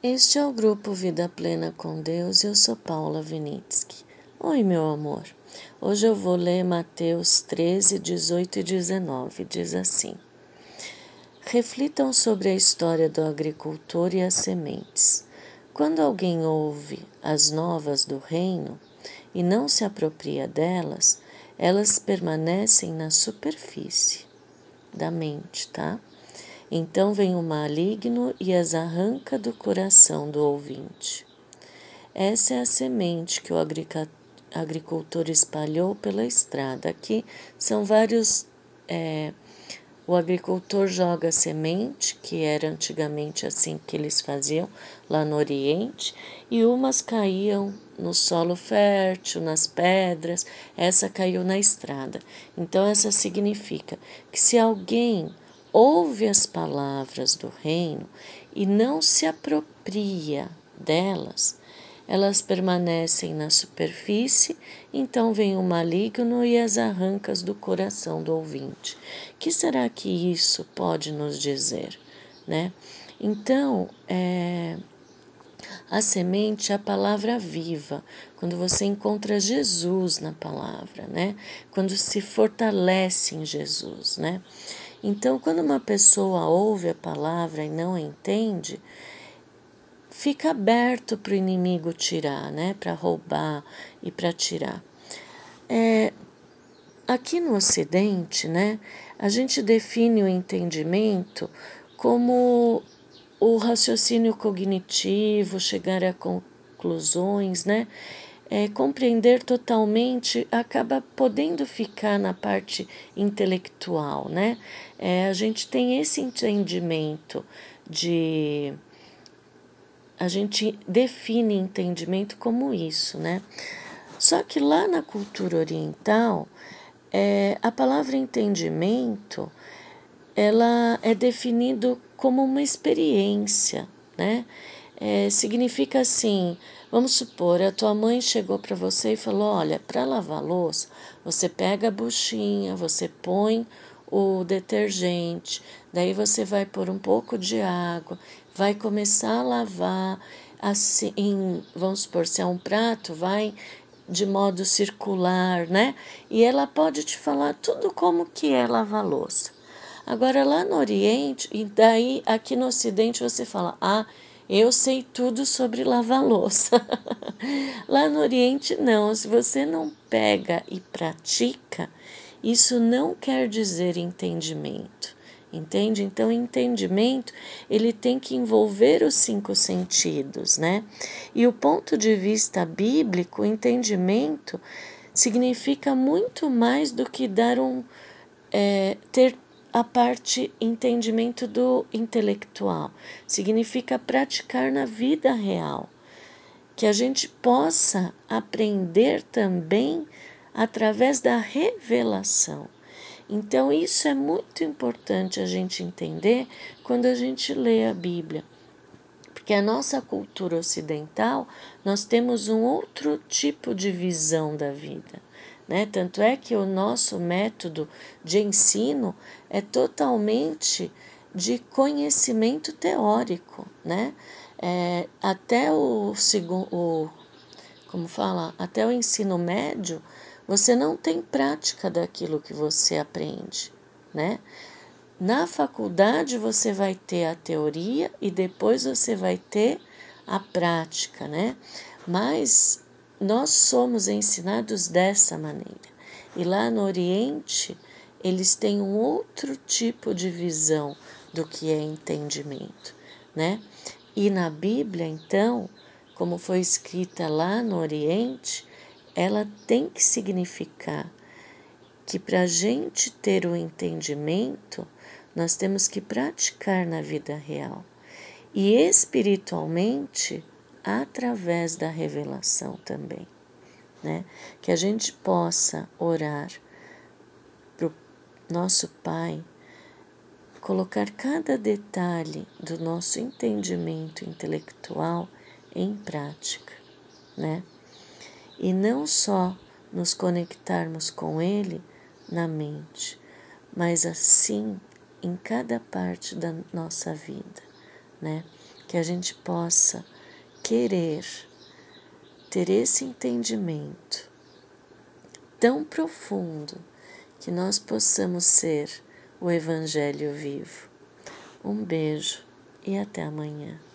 Este é o grupo Vida Plena com Deus e eu sou Paula Vinitsky. Oi, meu amor. Hoje eu vou ler Mateus 13, 18 e 19. Diz assim: Reflitam sobre a história do agricultor e as sementes. Quando alguém ouve as novas do reino e não se apropria delas, elas permanecem na superfície da mente, tá? Então vem o maligno e as arranca do coração do ouvinte. Essa é a semente que o agricultor espalhou pela estrada. Aqui são vários. O agricultor joga a semente, que era antigamente assim que eles faziam lá no Oriente, e umas caíam no solo fértil, nas pedras, essa caiu na estrada. Então, essa significa que se alguém ouve as palavras do reino e não se apropria delas, elas permanecem na superfície, então vem o maligno e as arrancas do coração do ouvinte. Que será que isso pode nos dizer, né? Então, a semente é a palavra viva, quando você encontra Jesus na palavra, né? Quando se fortalece em Jesus, né? Então, quando uma pessoa ouve a palavra e não entende, fica aberto para o inimigo tirar, né? Para roubar e para tirar. Aqui no Ocidente, né? A gente define o entendimento como o raciocínio cognitivo, chegar a conclusões, né? Compreender totalmente acaba podendo ficar na parte intelectual, né? A gente tem esse entendimento de. A gente define entendimento como isso, né? Só que lá na cultura oriental, a palavra entendimento ela é definido como uma experiência, né? Significa assim, vamos supor, a tua mãe chegou para você e falou, olha, para lavar louça, você pega a buchinha, você põe o detergente, daí você vai pôr um pouco de água, vai começar a lavar, assim, vamos supor, se é um prato, vai de modo circular, né? E ela pode te falar tudo como que é lavar louça. Agora, lá no Oriente, e daí aqui no Ocidente você fala, eu sei tudo sobre lavar louça. Lá no Oriente, não. Se você não pega e pratica, isso não quer dizer entendimento. Entende? Então, entendimento, ele tem que envolver os 5 sentidos, né? E o ponto de vista bíblico, entendimento significa muito mais do que dar ter a parte entendimento do intelectual. Significa praticar na vida real. Que a gente possa aprender também através da revelação. Então, isso é muito importante a gente entender quando a gente lê a Bíblia. Porque a nossa cultura ocidental, nós temos um outro tipo de visão da vida, né? Tanto é que o nosso método de ensino é totalmente de conhecimento teórico, né? Até até o ensino médio, você não tem prática daquilo que você aprende, né? Na faculdade você vai ter a teoria e depois você vai ter a prática, né? Mas nós somos ensinados dessa maneira. E lá no Oriente, eles têm um outro tipo de visão do que é entendimento, né? E na Bíblia, então, como foi escrita lá no Oriente, ela tem que significar que para a gente ter o entendimento, nós temos que praticar na vida real. E espiritualmente, através da revelação também, né? Que a gente possa orar para o nosso Pai, colocar cada detalhe do nosso entendimento intelectual em prática, né? E não só nos conectarmos com Ele na mente, mas assim em cada parte da nossa vida, né? que a gente possa querer ter esse entendimento tão profundo que nós possamos ser o Evangelho vivo. Um beijo e até amanhã.